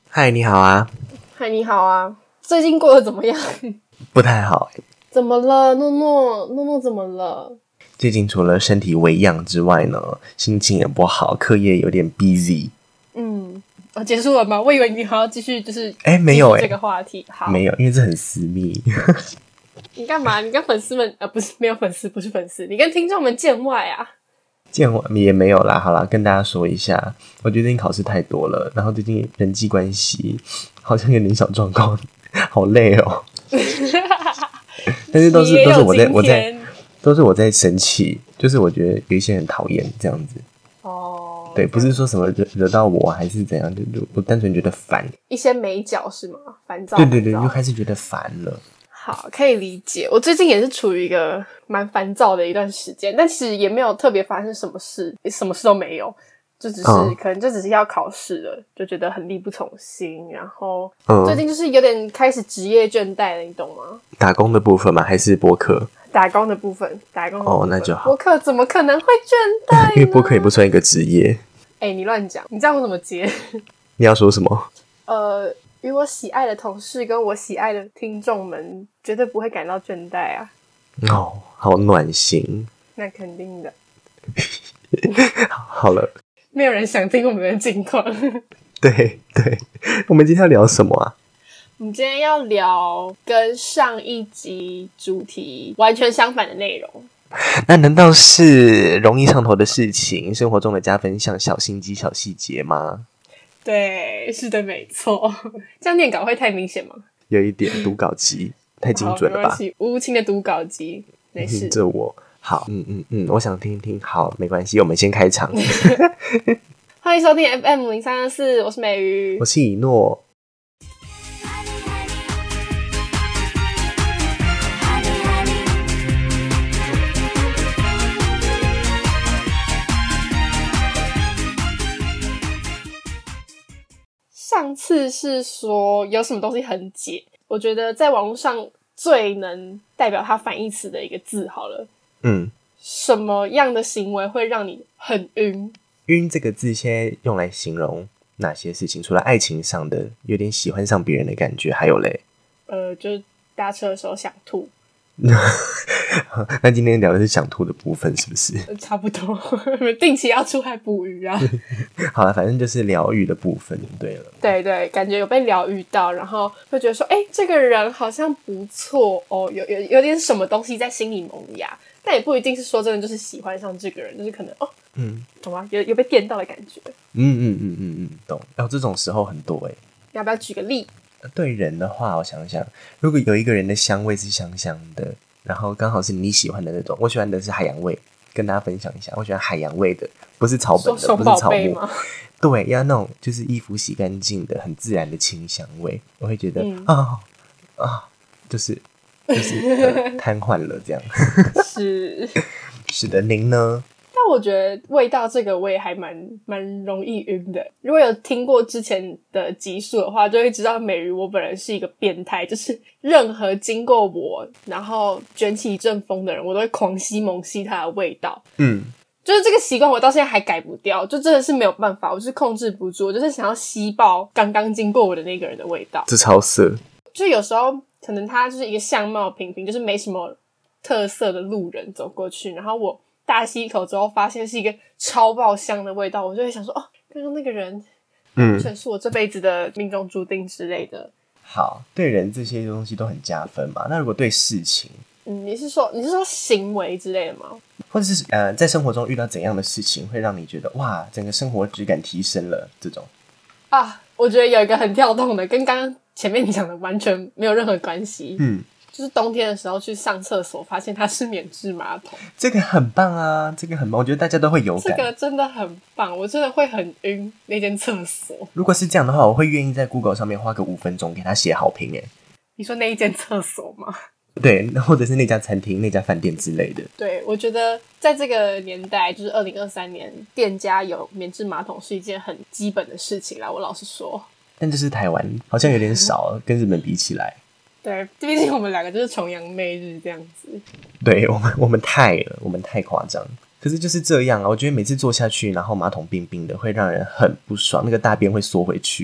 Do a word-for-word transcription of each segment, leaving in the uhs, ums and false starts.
嗨，你好啊。 嗨，你好啊。最近过得怎么样？ 不太好欸。 怎么了，诺诺？诺诺怎么了？ 最近除了身体微恙之外呢，心情也不好，课业有点 busy。 嗯，哦，结束了吗？我以为你还要继续，就是哎，没有哎， 这个话题。好， 没有，因为这很私密。 你干嘛？你跟粉丝们呃，不是没有粉丝，不是粉丝，你跟听众们见外啊？ 见我也没有啦，好啦，跟大家说一下，我觉得最近考试太多了，然后最近人际关系好像有点小状况，好累哦。但是都是都是我在我在都是我在生气，就是我觉得有一些很讨厌这样子。 哦， 对，不是说什么惹惹到我还是怎样，就就我单纯觉得烦。 一些美角是吗？烦躁。 对对对，就开始觉得烦了。 好，可以理解。我最近也是处于一个蛮烦躁的一段时间，但其实也没有特别发生什么事，什么事都没有，就只是、嗯、可能就只是要考试了，就觉得很力不从心。然后、嗯、最近就是有点开始职业倦怠了，你懂吗？ 打工的部分吗？还是播客？ 打工的部分，打工的部分。 哦，那就好。 播客怎么可能会倦怠呢？ 因为播客也不算一个职业。 哎、欸，你乱讲，你这样我怎么接？ 你要说什么？ 呃。与我喜爱的同事跟我喜爱的听众们绝对不会感到倦怠啊。 哦，好暖心。 那肯定的。 好了， 没有人想听我们的近况。 对对，我们今天要聊什么啊？ 我们今天要聊跟上一集主题完全相反的内容。 那难道是容易上头的事情，生活中的加分项，小心机、小细节吗？ 对，是的，没错。这样念稿会太明显吗？ 有一点读稿机太精准了吧？ 无情的读稿机，没事。 这我好，嗯嗯嗯，我想听听。好，没关系，我们先开场。 欢迎收听 F M 零三二四，我是美瑜， 我是以诺。 上次是说有什么东西很解，我觉得在网络上最能代表它反义词的一个字好了。 嗯， 什么样的行为会让你很晕？ 晕这个字现在用来形容哪些事情？除了爱情上的有点喜欢上别人的感觉，还有嘞？ 呃，就是搭车的时候想吐。 那今天聊的是想吐的部分是不是？ 差不多。定期要出海捕鱼啊。 好了，反正就是疗愈的部分对了。 对对，感觉有被疗愈到，然后会觉得说哎、欸，这个人好像不错哦，有有有点什么东西在心里萌芽，但也不一定是说真的就是喜欢上这个人，就是可能哦嗯，懂吗？有有被电到的感觉。 嗯嗯嗯嗯嗯，懂。然后这种时候很多欸。 要不要举个例？ 对人的话，我想想，如果有一个人的香味是香香的，然后刚好是你喜欢的那种，我喜欢的是海洋味，跟大家分享一下，我喜欢海洋味的，不是草本的，不是草木，对，要那种就是衣服洗干净的，很自然的清香味，我会觉得、嗯、啊啊，就是就是瘫痪了这样。 是是的，您呢？ 但我觉得味道这个我也还蛮蛮容易晕的。如果有听过之前的集数的话，就会知道美瑜我本人是一个变态，就是任何经过我然后卷起一阵风的人，我都会狂吸猛吸它的味道。嗯，就是这个习惯我到现在还改不掉，就真的是没有办法，我就是控制不住，我就是想要吸爆刚刚经过我的那个人的味道。 这超色。 就有时候可能他就是一个相貌平平，就是没什么特色的路人走过去，然后我大吸一口之后发现是一个超爆香的味道，我就会想说哦，刚刚那个人完全是我这辈子的命中注定之类的、嗯、 好，对人这些东西都很加分嘛。那如果对事情， 嗯，你是说你是说行为之类的吗？ 或者是呃，在生活中遇到怎样的事情会让你觉得哇，整个生活质感提升了这种啊？我觉得有一个很跳动的，跟刚刚前面你讲的完全没有任何关系。嗯，就是冬天的时候去上厕所，发现它是免治马桶， 这个很棒啊，这个很棒，我觉得大家都会有感。 这个真的很棒，我真的会很晕那间厕所。 如果是这样的话，我会愿意在 Google 上面花个五分钟给他写好评耶。 你说那一间厕所吗？ 对，或者是那家餐厅、那家饭店之类的。 对，我觉得在这个年代，就是二零二三年，店家有免治马桶是一件很基本的事情啦。我老实说， 但这是台湾，好像有点少，跟日本比起来。 对，毕竟我们两个就是崇洋媚日这样子。 对，我们我们太了，我们太夸张。可是就是这样啊，我觉得每次坐下去，然后马桶冰冰的，会让人很不爽，那个大便会缩回去。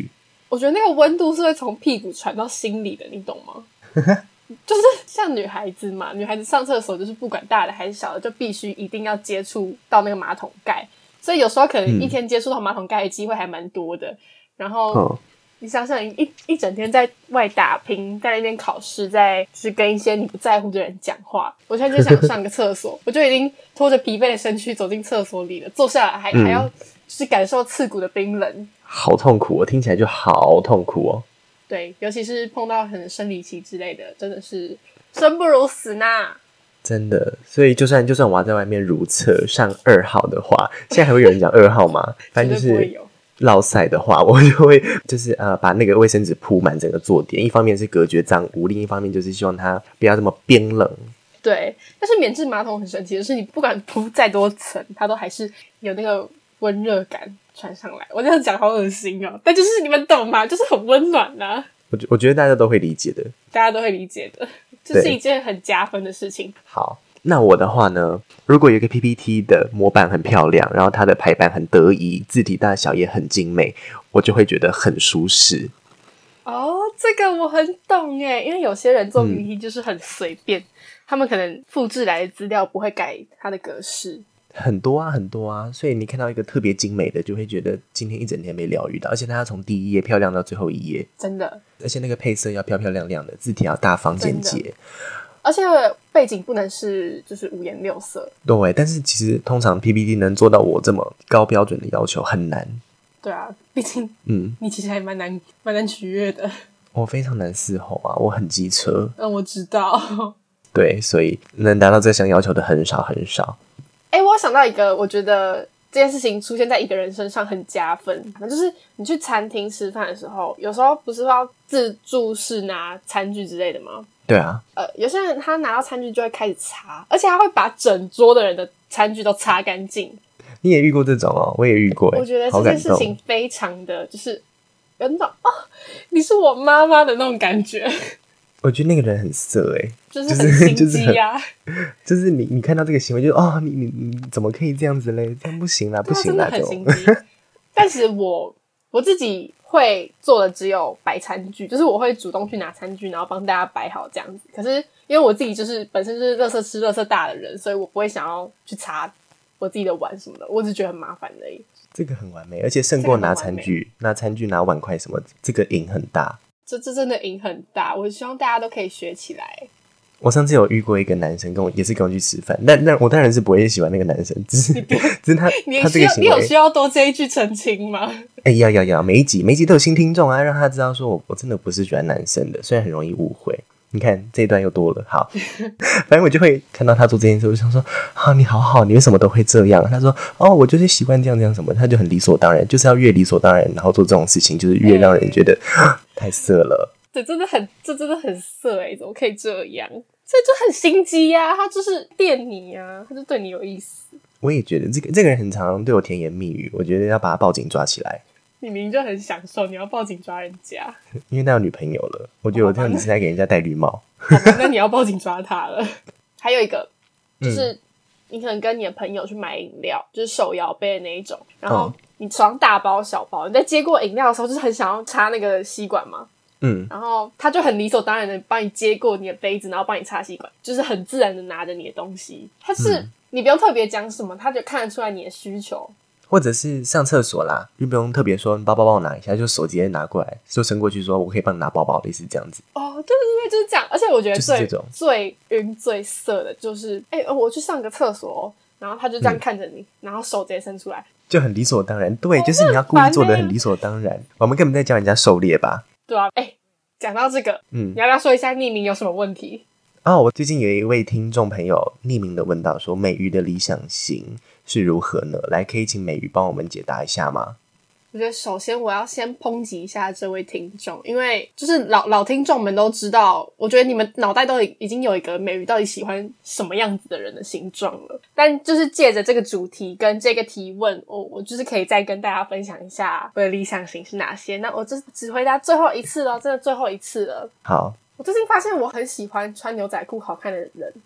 我觉得那个温度是会从屁股传到心里的，你懂吗？就是像女孩子嘛，女孩子上厕所就是不管大的还是小的，就必须一定要接触到那个马桶盖，所以有时候可能一天接触到马桶盖的机会还蛮多的。然后、嗯、你想想一一整天在外打拼，在那边考试，在就是跟一些你不在乎的人讲话，我现在就想上个厕所我就已经拖着疲惫的身躯走进厕所里了，坐下来还、嗯、还要就是感受刺骨的冰冷， 好痛苦哦，听起来就好痛苦哦。 对，尤其是碰到可能生理期之类的，真的是生不如死呐！ 真的，所以就算就算我要在外面如厕上二号的话，现在还会有人讲二号吗？反正就是落塞的话，我就会就是呃把那个卫生纸铺满整个坐垫，一方面是隔绝脏污，另一方面就是希望它不要这么冰冷。 对，但是免治马桶很神奇的是，你不管铺再多层，它都还是有那个温热感传上来。我这样讲好恶心哦，但就是你们懂吗？就是很温暖啊。 我我觉得大家都会理解的， 大家都会理解的，这是一件很加分的事情。 好，那我的话呢，如果有一个 P P T 的模板很漂亮，然后它的排版很得宜，字体大小也很精美，我就会觉得很舒适。 哦，这个我很懂耶，因为有些人做 P P T 就是很随便、嗯、他们可能复制来的资料不会改它的格式。 很多啊很多啊，所以你看到一个特别精美的，就会觉得今天一整天被疗愈到，而且它要从第一页漂亮到最后一页， 真的。 而且那个配色要漂漂亮亮的，字体要大方简洁， 而且背景不能是就是五颜六色。 对，但是其实通常 P P T 能做到我这么高标准的要求很难。 对啊，毕竟嗯，你其实还蛮难蛮难取悦的。 我非常难伺候啊，我很机车。 嗯，我知道。 对，所以能达到这项要求的很少很少。 欸，我想到一个我觉得这件事情出现在一个人身上很加分，就是你去餐厅吃饭的时候，有时候不是要自助式拿餐具之类的吗？ 对啊。 呃，有些人他拿到餐具就会开始擦，而且他会把整桌的人的餐具都擦干净。 你也遇过这种哦？我也遇过耶。 我觉得这件事情非常的就是有那种哦，你是我妈妈的那种感觉。 我觉得那个人很色欸， 就是很心机啊， 就是就是你你看到这个行为就哦，你你你怎么可以这样子嘞？这样不行啦，不行啦， 真的很心机。但是我我自己会做的只有摆餐具，就是我会主动去拿餐具，然后帮大家摆好这样子。可是因为我自己就是本身就是垃圾吃垃圾大的人，所以我不会想要去擦我自己的碗什么的，我只觉得很麻烦而已。 这个很完美，而且胜过拿餐具，拿餐具拿碗筷什么，这个赢很大。 这这真的瘾很大，我希望大家都可以学起来。 我上次有遇过一个男生，跟我也是跟我去吃饭，但但我当然是不会喜欢那个男生，只是只是他你他这个行为， 你有需要多这一句澄清吗？ 哎、欸，要要要，每一集每一集都有新听众啊，让他知道说我我真的不是喜欢男生的，虽然很容易误会。你看这一段又多了，好，反正我就会看到他做这件事，我就想说啊，你好好，你为什么都会这样？他说哦，我就是习惯这样这样什么，他就很理所当然，就是要越理所当然，然后做这种事情，就是越让人觉得、欸、太色了。 这真的很，这真的很色哎、欸，怎么可以这样？这就很心机呀、啊，他就是电你呀、啊，他就对你有意思。 我也觉得这个这个人很常对我甜言蜜语，我觉得要把他报警抓起来。 你明明就很享受，你要报警抓人家， 因为他有女朋友了。我觉得我这样子是在给人家戴绿帽。 好吧，那你要报警抓他了。还有一个就是、嗯，你可能跟你的朋友去买饮料，就是手摇杯的那一种，然后你装大包小包，你在接过饮料的时候，就是很想要插那个吸管嘛。嗯，然后他就很理所当然的帮你接过你的杯子，然后帮你插吸管，就是很自然的拿着你的东西。他是、嗯、你不用特别讲什么，他就看得出来你的需求。 或者是上厕所啦，就不用特别说你包包帮我拿一下，就手直接拿过来，就伸过去说我可以帮你拿包包，类似这样子。 哦，对对对，就是这样。而且我觉得最、 就是、 最晕最色的就是哎、欸，我去上个厕所，然后他就这样看着你、嗯、然后手直接伸出来， 就很理所当然。对、哦、就是你要故意做的很理所当然、欸、我们根本在教人家狩猎吧。 对啊。哎、欸，讲到这个嗯，你要不要说一下匿名有什么问题？ 哦，我最近有一位听众朋友匿名的问到说美鱼的理想型是如何呢？来，可以请美鱼帮我们解答一下吗？ 我觉得首先我要先抨击一下这位听众，因为就是老老听众们都知道，我觉得你们脑袋都已经有一个美鱼到底喜欢什么样子的人的形状了。但就是借着这个主题跟这个提问，我我就是可以再跟大家分享一下我的理想型是哪些。那我就只回答最后一次了，真的最后一次了。 好。 我最近发现我很喜欢穿牛仔裤好看的人，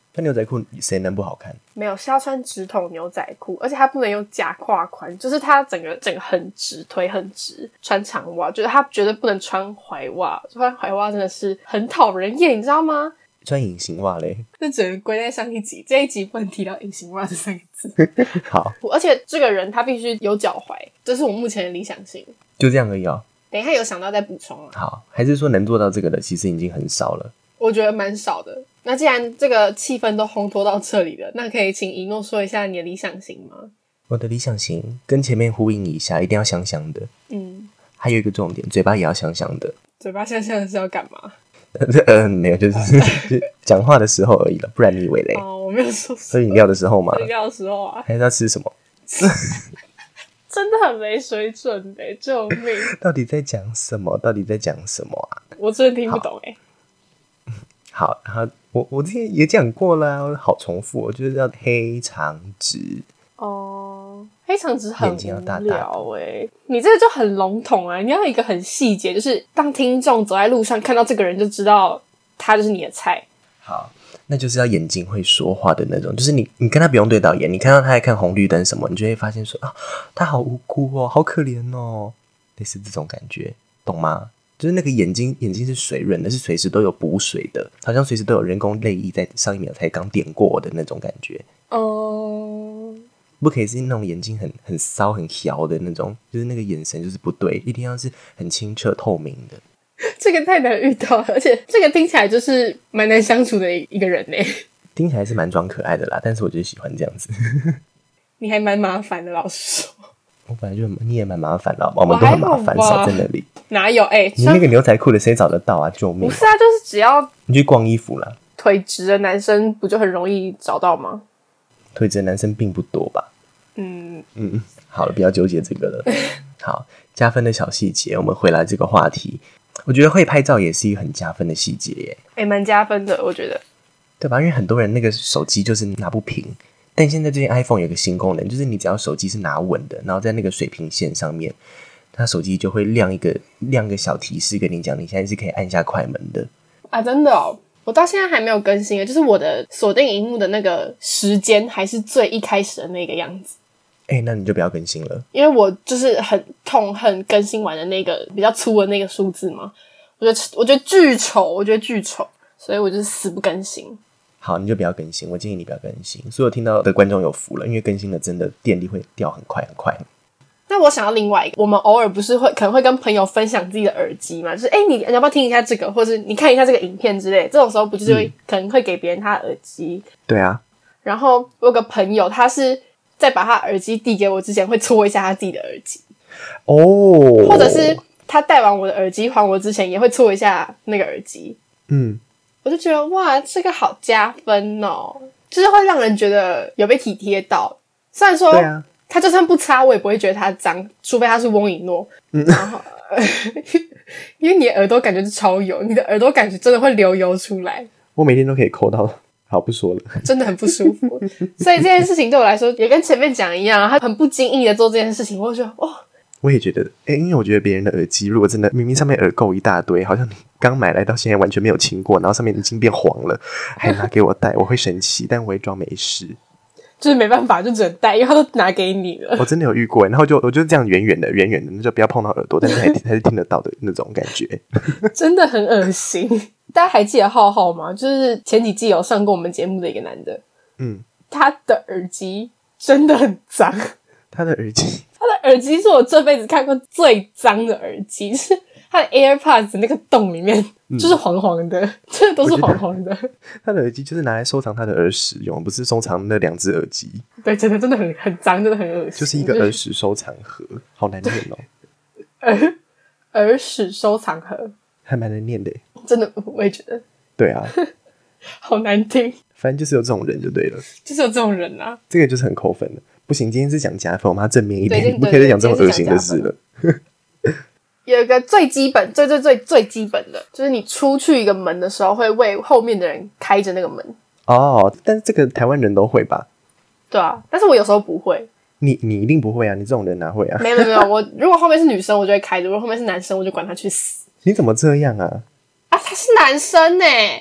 穿牛仔裤谁能不好看？ 没有，是要穿直筒牛仔裤，而且它不能有假胯宽，就是它整个整个很直，腿很直。穿长袜，就是它绝对不能穿踝袜，穿踝袜真的是很讨人厌，你知道吗？ 穿隐形袜嘞？ 那只能归在上一集，这一集不能提到隐形袜这三个字。 好， 而且这个人他必须有脚踝，这是我目前的理想型。 就这样而已哦。 等一下有想到再补充啊。 好，还是说能做到这个的其实已经很少了？ 我觉得蛮少的。那既然这个气氛都烘托到这里了，那可以请一诺说一下你的理想型吗？ 我的理想型跟前面呼应一下，一定要香香的。嗯，还有一个重点，嘴巴也要香香的。 嘴巴香香的是要干嘛？ 呃，没有，就是讲话的时候而已了，不然你以为嘞？ 哦，我没有说。 喝饮料的时候吗？ 喝饮料的时候啊， 还是要吃什么？ 真的很没水准欸，救命！ 到底在讲什么？到底在讲什么啊？ 我真的听不懂欸。 好，然后我我之前也讲过了，好重复，我就是要黑长直。 哦，黑长直很无聊欸， 眼睛要大大的。 你这个就很笼统啊！你要一个很细节，就是当听众走在路上看到这个人，就知道他就是你的菜。 好，那就是要眼睛会说话的那种，就是你你跟他不用对到眼，你看到他在看红绿灯什么，你就会发现说啊，他好无辜哦，好可怜哦，类似这种感觉，懂吗？就是那个眼睛，眼睛是水润的，是随时都有补水的，好像随时都有人工泪液在上一秒才刚点过的那种感觉。哦、嗯，不可以是那种眼睛很很骚很摇的那种，就是那个眼神就是不对，一定要是很清澈透明的。 这个太难遇到了，而且这个听起来就是蛮难相处的一个人呢。 听起来是蛮装可爱的啦，但是我就喜欢这样子。 你还蛮麻烦的，老实说。 我本来就你也蛮麻烦的，我们都很麻烦，少在那里。 哪有？哎、欸， 你那个牛仔裤的谁找得到啊？救命！ 不是啊，就是只要你去逛衣服啦。 腿直的男生不就很容易找到吗？ 腿直的男生并不多吧？嗯嗯，好了，不要纠结这个了。好，加分的小细节，我们回来这个话题。我觉得会拍照也是一个很加分的细节耶。 哎、欸，蛮加分的，我觉得。 对吧？因为很多人那个手机就是拿不平。但现在这些 iPhone 有个新功能，就是你只要手机是拿稳的，然后在那个水平线上面，它手机就会亮一个亮个小提示跟你讲，你现在是可以按下快门的啊！真的哦，我到现在还没有更新，就是我的锁定萤幕的那个时间还是最一开始的那个样子。 哎、欸，那你就不要更新了， 因为我就是很痛恨更新完的那个比较粗的那个数字嘛，我觉得我觉得巨丑，我觉得巨丑，所以我就死不更新。 好，你就不要更新，我建议你不要更新。所有听到的观众有福了，因为更新了真的电力会掉很快很快。 那我想要另外一个，我们偶尔不是会可能会跟朋友分享自己的耳机嘛，就是哎、欸，你你要不要听一下这个，或者是你看一下这个影片之类的，这种时候不就是会、嗯、可能会给别人他的耳机？ 对啊。 然后我有个朋友，他是在把他耳机递给我之前，会搓一下他自己的耳机。哦。或者是他戴完我的耳机还我之前，也会搓一下那个耳机。嗯。我就觉得哇，这个好加分哦，就是会让人觉得有被体贴到。虽然说，对啊，他就算不擦，我也不会觉得他脏，除非他是翁以诺。嗯，然后因为你的耳朵感觉是超油，你的耳朵感觉真的会流油出来。 我每天都可以抠到，好不说了， 真的很不舒服。所以这件事情对我来说也跟前面讲一样，他很不经意的做这件事情，我就觉得哇。 我也觉得，欸，因为我觉得别人的耳机，如果真的明明上面耳垢一大堆，好像你刚买来到现在完全没有清过，然后上面已经变黄了，还拿给我戴，我会生气，但我会装没事， 就是没办法，就只能戴，因为他都拿给你了。 我真的有遇过，然后就我就这样远远的、远远的，那就不要碰到耳朵，但是还还是听得到的那种感觉， 真的很恶心。大家还记得浩浩吗？就是前几季有上过我们节目的一个男的，嗯，他的耳机真的很脏， 他的耳机。 他的耳机是我这辈子看过最脏的耳机，是他的 AirPods 那个洞里面就是黄黄的，这、嗯、都是黄黄的。 他的耳机就是拿来收藏他的耳屎用，不是收藏那两只耳机。 对，真的真的很很脏，真的很恶心。 就是一个耳屎收藏盒，好难念哦。 耳耳屎收藏盒还蛮难念的， 真的我也觉得。 对啊， 好难听。 反正就是有这种人就对了， 就是有这种人啊， 这个就是很扣分的。不行，今天是讲加分，我们要正面一点，不可以再讲这种恶心的事了。 有一个最基本、最最最最基本的，就是你出去一个门的时候，会为后面的人开着那个门。 哦，但是这个台湾人都会吧？ 对啊，但是我有时候不会。 你你一定不会啊！你这种人哪会啊？ 没有没有，我如果后面是女生，我就会开着；如果后面是男生，我就管他去死。 你怎么这样啊？ 啊，他是男生呢、欸。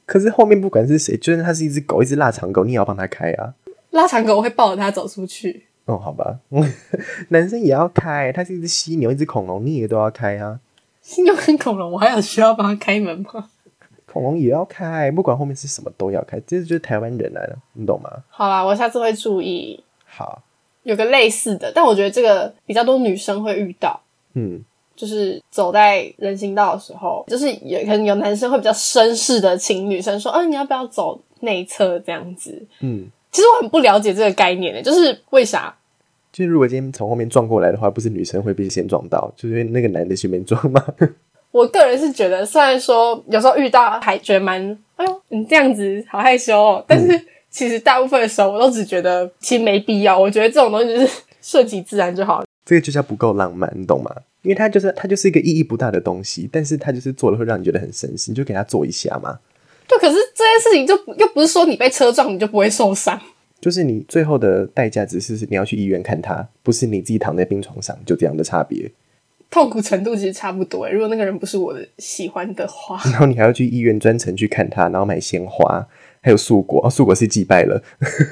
可是后面不管是谁，就算他是一只狗，一只腊肠狗，你也要帮他开啊。 腊肠狗会抱着它走出去。 哦，好吧，男生也要开，他是一只犀牛，一只恐龙，你也都要开啊。 犀牛跟恐龙，我还有需要帮他开门吗？ 恐龙也要开，不管后面是什么都要开，这就是台湾人来了，你懂吗？ 好啦，我下次会注意。 好， 有个类似的，但我觉得这个比较多女生会遇到。嗯，就是走在人行道的时候，就是有可能有男生会比较绅士的请女生说：“嗯、啊，你要不要走内侧这样子？”嗯，其实我很不了解这个概念的，就是为啥？ 就是如果今天从后面撞过来的话，不是女生会被先撞到，就是那个男的先被撞吗？ 我个人是觉得，虽然说有时候遇到还觉得蛮，哎呦，你这样子好害羞哦，但是其实大部分的时候我都只觉得其实没必要。我觉得这种东西就是顺其自然就好了。 这个就叫不够浪漫，你懂吗？因为它就是它就是一个意义不大的东西，但是它就是做了会让你觉得很绅士，你就给他做一下嘛。 对，可是这件事情就又不是说你被车撞你就不会受伤。 就是你最后的代价只是你要去医院看他，不是你自己躺在病床上，就这样的差别。 痛苦程度其实差不多，如果那个人不是我的喜欢的话， 然后你还要去医院专程去看他，然后买鲜花，还有素果，哦，素果是祭拜了。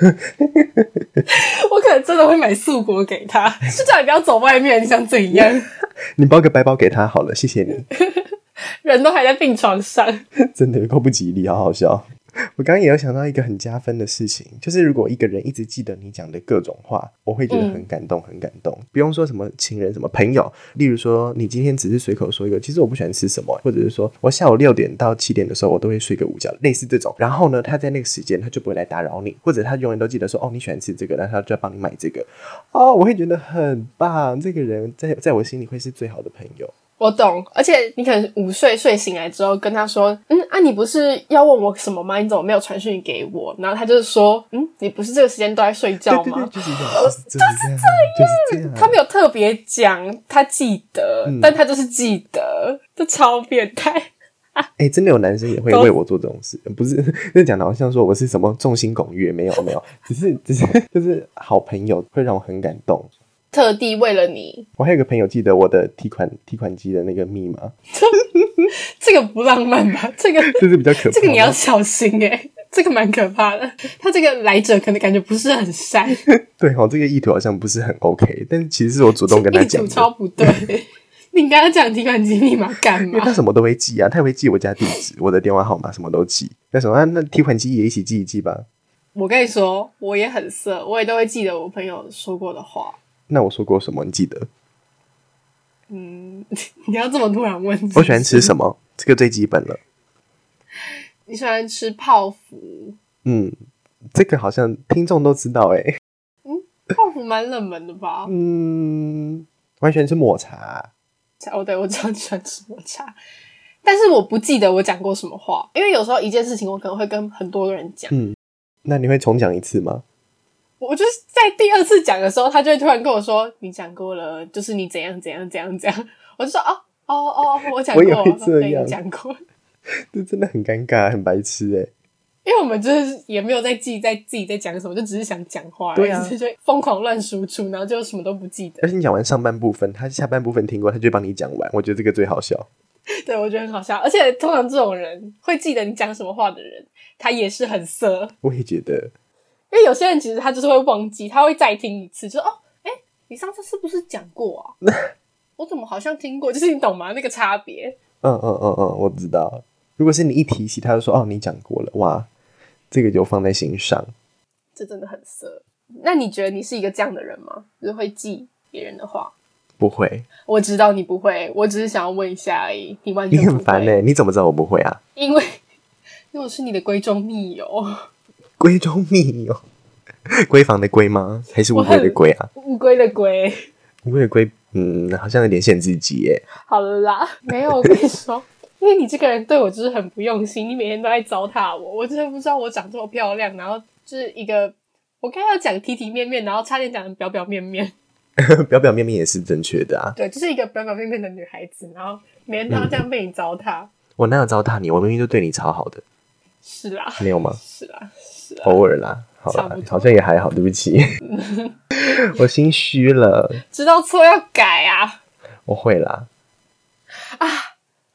我可能真的会买素果给他，就叫你不要走外面，你想怎样？ 你包个白包给他好了，谢谢你。 人都还在病床上，真的够不吉利，好好笑。我刚刚也有想到一个很加分的事情，就是如果一个人一直记得你讲的各种话，我会觉得很感动、嗯、很感动。不用说什么情人什么朋友，例如说你今天只是随口说一个其实我不喜欢吃什么，或者是说我下午六点到七点的时候我都会睡个午觉，类似这种。然后呢他在那个时间他就不会来打扰你，或者他永远都记得说哦你喜欢吃这个，然后他就要帮你买这个。哦，我会觉得很棒，这个人在在我心里会是最好的朋友。 我懂，而且你可能午睡睡醒来之后跟他说，嗯啊，你不是要问我什么吗？你怎么没有传讯给我？然后他就是说，嗯，你不是这个时间都在睡觉吗？ 对对对，就是这样，就是这样，就是这样。 他没有特别讲，他记得、嗯，但他就是记得，这超变态。 哎、欸，真的有男生也会为我做这种事，不是那讲的好像说我是什么众星拱月，没有没有，只是只是就是好朋友会让我很感动。 特地为了你， 我还有个朋友记得我的提款提款机的那个密码， 这个不浪漫吧？这个这是比较可怕的， 这个你要小心哎、欸，这个蛮可怕的。他这个来者可能感觉不是很善， 对哦，这个意图好像不是很 OK， 但是其实是我主动跟他讲的， 意图超不对。你跟他讲提款机密码干嘛？ 因为他什么都会记啊，他也会记我家地址、我的电话号码，什么都记。那什么，那提款机也一起记一记吧。 我跟你说，我也很色，我也都会记得我朋友说过的话。 那我说过什么？你记得？ 嗯，你要这么突然问是不是？ 我喜欢吃什么？这个最基本了。 你喜欢吃泡芙？ 嗯，这个好像听众都知道哎、欸。 嗯，泡芙蛮冷门的吧？ 嗯，我还喜欢吃抹茶。 哦，对，我知道你喜欢吃抹茶，但是我不记得我讲过什么话，因为有时候一件事情我可能会跟很多个人讲。 嗯，那你会重讲一次吗？ 我就是在第二次讲的时候，他就会突然跟我说：“你讲过了，就是你怎样怎样怎样怎样。”我就说：“哦哦哦，我讲过， 我也会这样， 你讲过。” 这真的很尴尬，很白痴哎。 因为我们就是也没有在记在自己在讲什么，就只是想讲话， 对啊， 就疯狂乱输出，然后就什么都不记得。 而且你讲完上半部分，他下半部分听过，他就会帮你讲完。我觉得这个最好笑。 对，我觉得很好笑。而且通常这种人会记得你讲什么话的人，他也是很色。 我也觉得。 因为有些人其实他就是会忘记，他会再听一次，就说哦，哎，你上次是不是讲过啊？我怎么好像听过？就是你懂吗？那个差别。 嗯嗯嗯嗯，我知道。如果是你一提起，他就说哦，你讲过了，哇，这个就放在心上。 这真的很色。那你觉得你是一个这样的人吗？就是会记别人的话？ 不会。 我知道你不会，我只是想要问一下而已。你完全不会。 你很烦欸，你怎么知道我不会啊？ 因为因为我是你的闺中密友。 闺中密友，闺房的闺吗？还是乌龟的龟啊？ 乌龟的龟， 乌龟的龟，嗯，好像有点限制级耶。 好了啦，没有，我跟你说，因为你这个人对我就是很不用心，你每天都在糟蹋我，我真的不知道我长这么漂亮，然后就是一个我刚才要讲体体面面，然后差点讲表表面面。 表表面面也是正确的啊。 对，就是一个表表面面的女孩子，然后每天都要这样被你糟蹋。嗯、 我哪有糟蹋你？我明明就对你超好的。 是啦。 没有吗？ 是啦。 偶尔啦，好啦，好像也还好，对不起，我心虚了。 知道错要改啊！ 我会啦。 啊，我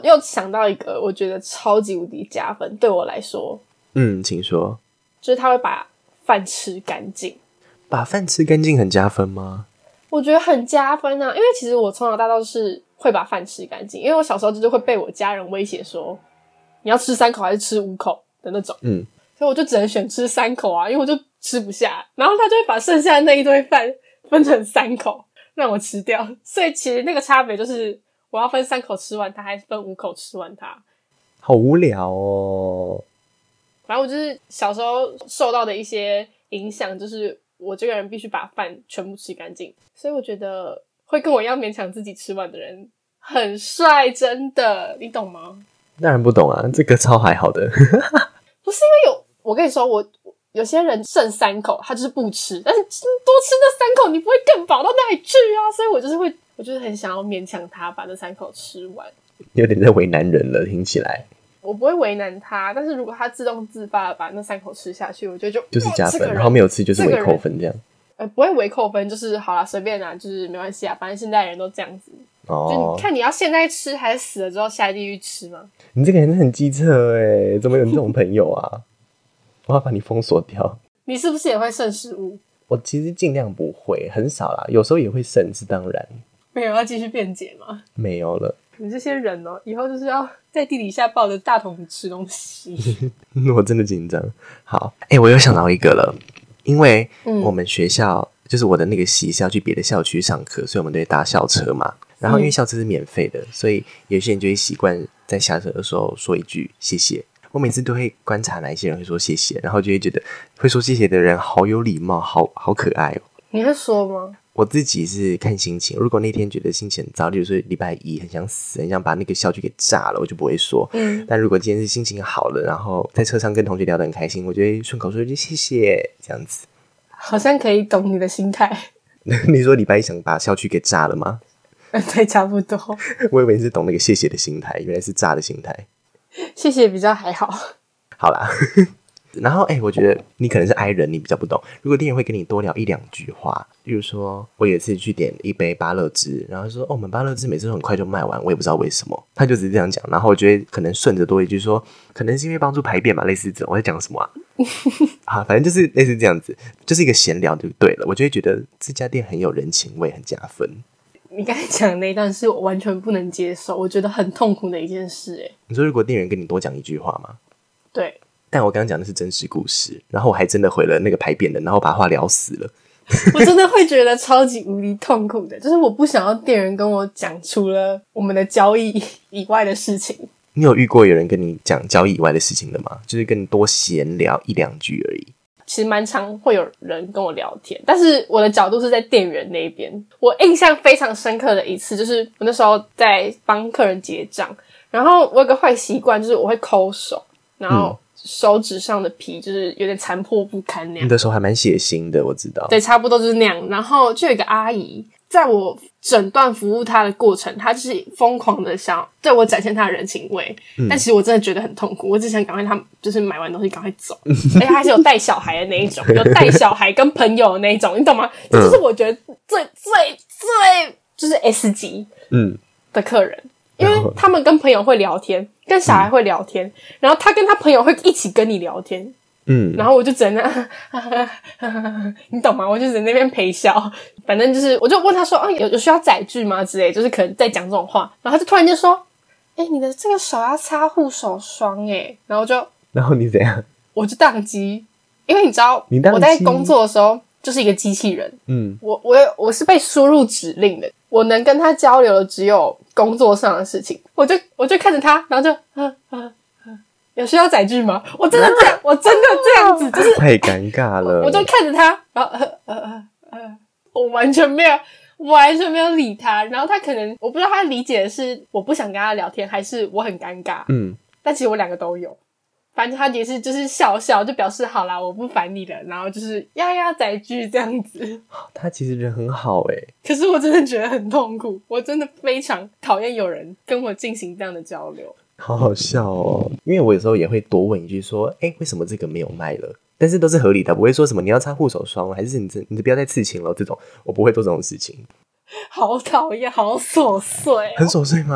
又想到一个我觉得超级无敌加分，对我来说， 嗯，请说。 就是他会把饭吃干净。 把饭吃干净很加分吗？ 我觉得很加分啊，因为其实我从小到大都是会把饭吃干净，因为我小时候就是会被我家人威胁说你要吃三口还是吃五口的那种，嗯，所以我就只能选吃三口啊，因为我就吃不下，然后他就会把剩下的那一堆饭分成三口让我吃掉，所以其实那个差别就是我要分三口吃完它，还是分五口吃完它。 好无聊哦。 反正我就是小时候受到的一些影响，就是我这个人必须把饭全部吃干净，所以我觉得会跟我一样勉强自己吃完的人很帅，真的，你懂吗？ 当然不懂啊，这个超还好的。 不是因为有，我跟你说，我有些人剩三口他就是不吃，但是多吃那三口你不会更饱到哪里去啊，所以我就是会我就是很想要勉强他把那三口吃完。有点在为难人了，听起来。 我不会为难他，但是如果他自动自发的把那三口吃下去，我觉得就就是加分，这个然后没有吃就是微扣分这样。 呃，不会微扣分，就是好啦，随便啦，就是没关系啊，反正现在人都这样子。哦，就你看你要现在吃还是死了之后下地狱吃吗？ 你这个人很机车欸，怎么有这种朋友啊？我要把你封锁掉。 你是不是也会剩食物？ 我其实尽量不会，很少啦，有时候也会剩，是当然。 没有要继续辩解吗？ 没有了。 你这些人哦，以后就是要在地底下抱着大桶吃东西。 我真的紧张。好，哎、欸，我又想到一个了，因为我们学校、嗯、就是我的那个系是要去别的校区上课，所以我们都会搭校车嘛。然后因为校车是免费的、嗯，所以有些人就会习惯在下车的时候说一句谢谢。我每次都会观察哪一些人会说谢谢，然后就会觉得会说谢谢的人好有礼貌，好好可爱哦。 你会说吗？ 我自己是看心情，如果那天觉得心情很糟，例如说礼拜一很想死，很想把那个校区给炸了，我就不会说。嗯，但如果今天是心情好了，然后在车上跟同学聊得很开心，我就会顺口说一句谢谢，这样子。 好像可以懂你的心态。 你说礼拜一想把校区给炸了吗？ 对，差不多。 我以为你是懂那个谢谢的心态，原来是炸的心态。 谢谢比较还好。 好啦。然后哎、欸，我觉得你可能是 I 人，你比较不懂。如果店员会跟你多聊一两句话，例如说我有一次去点一杯芭乐汁，然后说哦，我们芭乐汁每次都很快就卖完，我也不知道为什么，他就只是这样讲。然后我觉得可能顺着多一句说，可能是因为帮助排便嘛，类似这种。我在讲什么啊？啊，反正就是类似这样子，就是一个闲聊就对了。我就会觉得这家店很有人情味，很加分。 你刚才讲的那一段是我完全不能接受，我觉得很痛苦的一件事。哎， 你说如果店员跟你多讲一句话吗？ 对。 但我刚刚讲的是真实故事，然后我还真的回了那个排便的，然后把话聊死了。 我真的会觉得超级无敌痛苦的，就是我不想要店员跟我讲除了我们的交易以外的事情。 你有遇过有人跟你讲交易以外的事情的吗？就是跟你多闲聊一两句而已。 其实蛮常会有人跟我聊天，但是我的角度是在店员那边。我印象非常深刻的一次，就是我那时候在帮客人结账，然后我有个坏习惯，就是我会抠手，然后手指上的皮就是有点残破不堪那样。 你的手还蛮血腥的，我知道。 对，差不多就是那样。然后就有一个阿姨，在我整段服务她的过程，她就是疯狂的想对我展现她的人情味、嗯、但其实我真的觉得很痛苦，我只想赶快她就是买完东西赶快走。而且她是有带小孩的那一种，有带小孩跟朋友的那一种，你懂吗？这就是我觉得最最最就是 S 级的客人、嗯、因为他们跟朋友会聊天，跟小孩会聊天、嗯、然后他跟他朋友会一起跟你聊天，嗯，然后我就只能那你懂吗？我就只能那边陪笑。反正就是我就问他说啊，有有需要载具吗之类，就是可能在讲这种话，然后他就突然间说诶、欸、你的这个手要擦护手霜诶，然后就然后你怎样？ 我就宕机，因为你知道你我在工作的时候就是一个机器人，嗯，我我我是被输入指令的，我能跟他交流的只有工作上的事情，我就我就看着他，然后就啊啊有需要载具吗？我真的这样，我真的这样子，就是太尴尬了。 我，我就看着他，然后呃呃呃呃，我完全没有，完全没有理他。然后他可能我不知道他理解的是我不想跟他聊天，还是我很尴尬。嗯，但其实我两个都有。反正他也是就是笑笑，就表示好啦，我不烦你了。然后就是呀呀载具这样子。 他其实人很好诶， 可是我真的觉得很痛苦，我真的非常讨厌有人跟我进行这样的交流。 好好笑哦，因为我有时候也会多问一句说诶为什么这个没有卖了，但是都是合理的，不会说什么你要擦护手霜还是你这你不要再刺青了这种，我不会做这种事情。 好讨厌，好琐碎、哦、 很琐碎吗？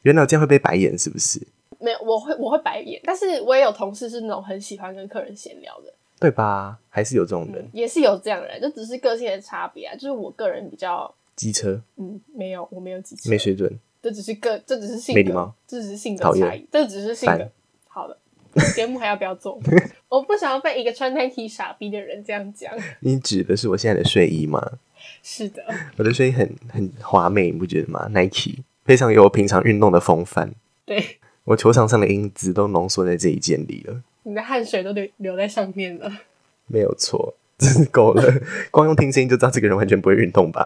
原来这样会被白眼是不是？ 没有，我会我会白眼，但是我也有同事是那种很喜欢跟客人闲聊的， 对吧？还是有这种人、 嗯、也是有这样的人，就只是个性的差别啊。就是我个人比较机车， 嗯，没有，我没有机车， 没水准， 这只是个，这只是性格， 没礼貌， 这只是性格差异，这只是性格。好了，节目还要不要做？我不想要被一个穿 Nike 傻逼的人这样讲。 你指的是我现在的睡衣吗？ 是的， 我的睡衣很很华美，你不觉得吗 ？Nike 非常有我平常运动的风范。 对， 我球场上的英姿都浓缩在这一件里了。 你的汗水都流流在上面了。 没有错，真是够了。光用听声音就知道这个人完全不会运动吧？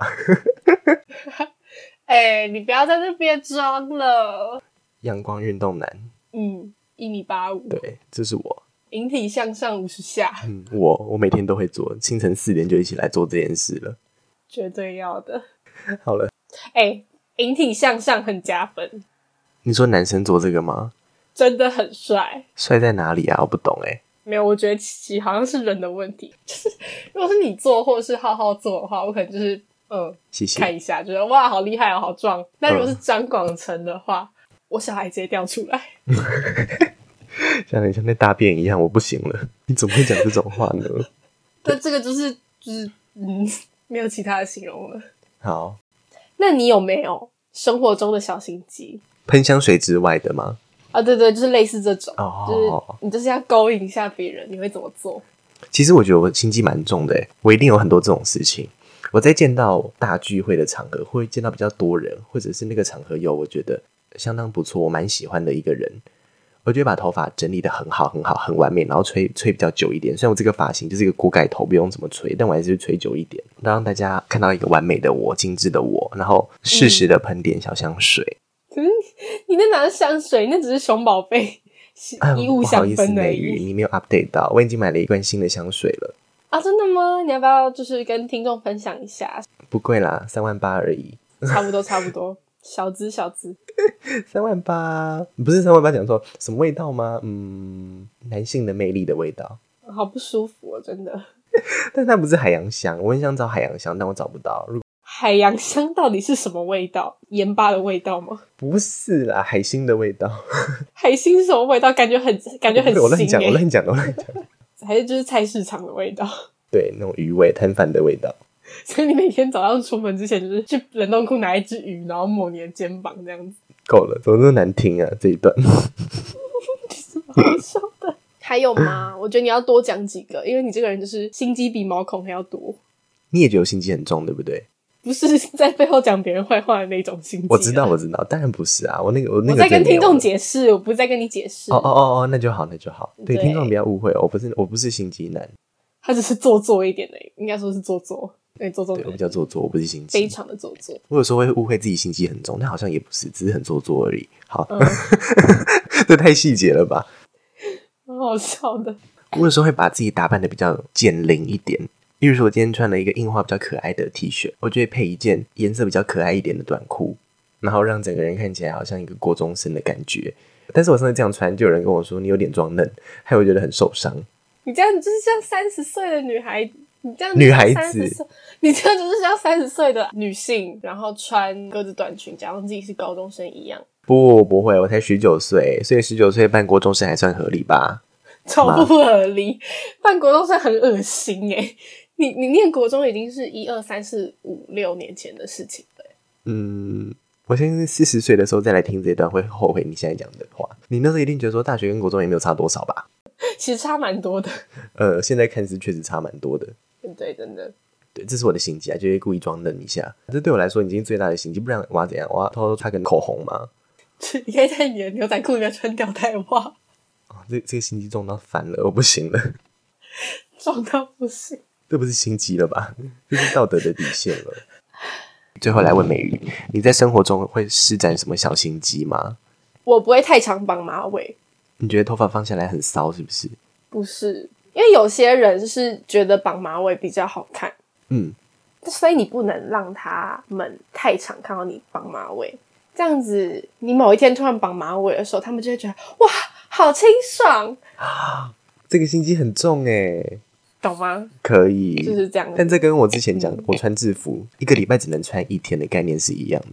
哎、欸，你不要在那边装了。 阳光运动男， 嗯，一米八五， 对，这是我。 引体向上五十下， 嗯，我我每天都会做，清晨四点就一起来做这件事了， 绝对要的。 好了， 哎、欸，引体向上很加分。 你说男生做这个吗？ 真的很帅， 帅在哪里啊？我不懂哎、欸。 没有，我觉得其实好像是人的问题，就是如果是你做或者是浩浩做的话，我可能就是嗯， 谢谢看一下，觉得哇好厉害哦，好壮。但如果是张广成的话，嗯、我小孩直接掉出来。 像你像那大便一样，我不行了。你怎么会讲这种话呢？ 对，这个就是就是嗯，没有其他的形容了。 好， 那你有没有生活中的小心机？ 喷香水之外的吗？ 啊，对对，就是类似这种， 哦、 就是你就是要勾引一下别人，你会怎么做？ 其实我觉得我心机蛮重的耶，我一定有很多这种事情。我在见到大聚会的场合，会见到比较多人，或者是那个场合有我觉得相当不错，我蛮喜欢的一个人，我就会把头发整理得很好很好很完美，然后吹吹比较久一点。虽然我这个发型就是一个锅盖头，不用怎么吹，但我还是吹久一点，让大家看到一个完美的我，精致的我，然后适时的喷点小香水。 可是你那哪是香水，那只是熊宝贝衣物香氛而已。 你没有 update 到，我已经买了一罐新的香水了。 啊，真的吗？你要不要就是跟听众分享一下？ 不贵啦，三万八而已。 差不多，差不多，小资小资。 三万八，不是三万八，讲错，什么味道吗？嗯，男性的魅力的味道， 好不舒服哦，真的。 但它不是海洋香，我很想找海洋香，但我找不到。如果海洋香到底是什么味道？盐巴的味道吗？ 不是啦，海星的味道。 海星是什么味道？感觉很感觉很腥、欸、 我乱讲，我乱讲，我乱讲。 还是就是菜市场的味道？ 对，那种鱼味、摊贩的味道。 所以你每天早上出门之前，就是去冷冻库拿一只鱼，然后抹你的肩膀这样子。 够了，怎么这么难听啊？这一段。 什么好笑的？还有吗？我觉得你要多讲几个，因为你这个人就是心机比毛孔还要多。 你也觉得我心机很重，对不对？ 不是在背后讲别人坏话的那种心机。 我知道，我知道，当然不是啊。我那个，我那个我在跟听众解释，我不是在跟你解释。 哦哦哦哦，那就好，那就好。对， 对听众不要误会哦，我不是，我不是心机男。 他只是做作一点的，应该说是做作。对，做作。 对，我比较做作，我不是心机。 非常的做作。 我有时候会误会自己心机很重，但好像也不是，只是很做作而已。好， 嗯、 这太细节了吧？ 蛮好笑的。 我有时候会把自己打扮的比较减龄一点。例如说，我今天穿了一个印花比较可爱的 T 恤，我就会配一件颜色比较可爱一点的短裤，然后让整个人看起来好像一个国中生的感觉。但是我上次这样穿，就有人跟我说你有点装嫩，害我觉得很受伤。 你这样就是像三十岁的女孩，你这样女孩子， 你这样就是像三十岁的女性，然后穿格子短裙，假装自己是高中生一样。 不，不会，我才十九岁，所以十九岁扮国中生还算合理吧？ 超不合理，扮国中生很恶心哎、欸！你你念国中已经是一二三四五六年前的事情了、欸。 嗯，我相信四十岁的时候再来听这段会后悔你现在讲的话。你那时候一定觉得说大学跟国中也没有差多少吧？ 其实差蛮多的。 呃，现在看是确实差蛮多的。 对，真的。 对，这是我的心机啊，就会故意装嫩一下。这对我来说已经最大的心机，不然我要怎样？我要偷偷擦个口红吗？ 你可以在你的牛仔裤里面穿吊带袜。 哦，这这个心机重到烦了，我不行了， 重到不行。 这不是心机了吧？这是道德的底线了。最后来问美瑜，你在生活中会施展什么小心机吗？ 我不会太常绑马尾。 你觉得头发放下来很骚是不是？ 不是，因为有些人是觉得绑马尾比较好看， 嗯， 所以你不能让他们太常看到你绑马尾，这样子你某一天突然绑马尾的时候，他们就会觉得哇，好清爽啊！这个心机很重耶， 懂吗？ 可以， 就是这样。 但这跟我之前讲、嗯、我穿制服、 欸、 一个礼拜只能穿一天的概念是一样的。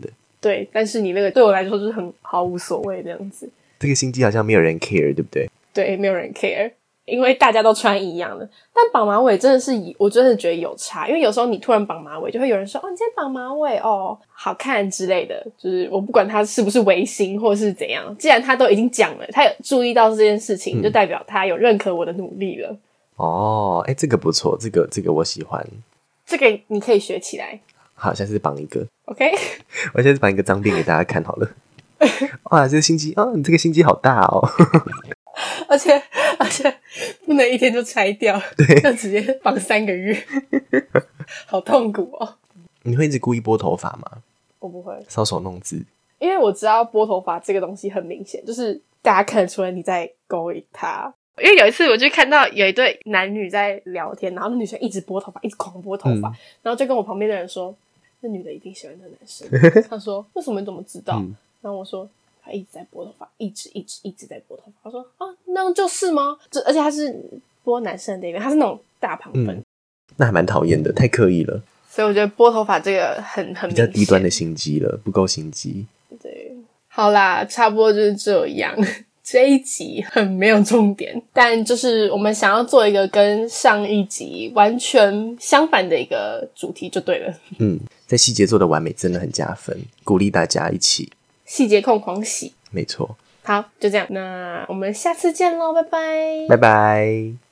对，但是你那个对我来说就是很毫无所谓这样子。 这个心机好像没有人 care， 对不对？ 对，没有人 care， 因为大家都穿一样的。但绑马尾真的是，我真的觉得有差，因为有时候你突然绑马尾，就会有人说：“哦，你今天绑马尾哦，好看之类的。”就是我不管他是不是违心或是怎样，既然他都已经讲了，他有注意到这件事情，嗯、就代表他有认可我的努力了。 哦，哎，这个不错，这个这个我喜欢。 这个你可以学起来。 好，下次绑一个 OK 我下次绑一个脏辫给大家看好了。哇，这个心机啊、哦，你这个心机好大哦。 而且而且不能一天就拆掉， 对， 要直接绑三个月。好痛苦哦。 你会一直故意拨头发吗？ 我不会搔首弄姿， 因为我知道拨头发这个东西很明显，就是大家看得出来你在勾引他。因为有一次我就看到有一对男女在聊天，然后那女生一直拨头发，一直狂拨头发、嗯、然后就跟我旁边的人说，那女的一定喜欢那男生。他说为什么你怎么知道、嗯、然后我说他一直在拨头发，一直一直一直在拨头发。他说啊，那就是吗？就而且他是拨男生的那边，他是那种大旁分、嗯、 那还蛮讨厌的，太刻意了。 所以我觉得拨头发这个很很比较低端的心机了，不够心机。 对，好啦，差不多就是这样。这一集很没有重点，但就是我们想要做一个跟上一集完全相反的一个主题就对了。 嗯，在细节做的完美真的很加分，鼓励大家一起细节控狂喜。 没错。 好，就这样，那我们下次见咯，拜拜。 拜拜。